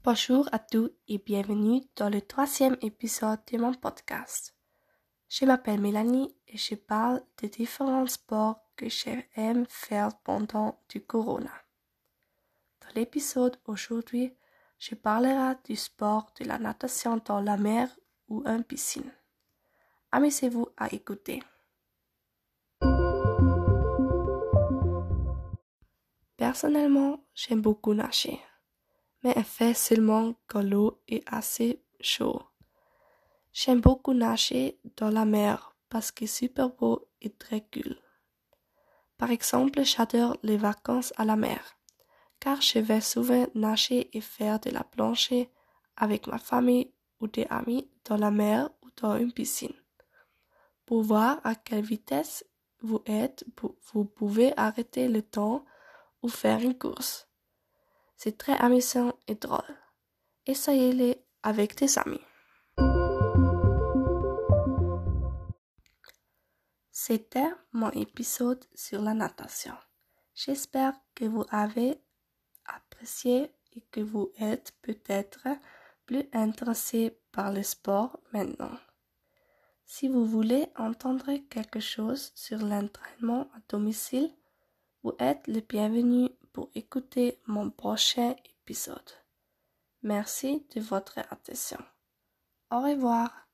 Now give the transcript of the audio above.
Bonjour à tous et bienvenue dans le 3e épisode de mon podcast. Je m'appelle Mélanie et je parle des différents sports que j'aime faire pendant du corona. Dans l'épisode aujourd'hui, je parlerai du sport de la natation dans la mer ou en piscine. Amusez-vous à écouter. Personnellement, j'aime beaucoup nager, mais elle fait seulement quand l'eau est assez chaude. J'aime beaucoup nager dans la mer parce que c'est super beau et très cool. Par exemple, j'adore les vacances à la mer, car je vais souvent nager et faire de la plongée avec ma famille ou des amis dans la mer ou dans une piscine. Pour voir à quelle vitesse vous êtes, vous pouvez arrêter le temps ou faire une course. C'est très amusant et drôle. Essayez-le avec des amis. C'était mon épisode sur la natation. J'espère que vous avez apprécié et que vous êtes peut-être plus intéressé par le sport maintenant. Si vous voulez entendre quelque chose sur l'entraînement à domicile, vous êtes le bienvenu pour écouter mon prochain épisode. Merci de votre attention. Au revoir.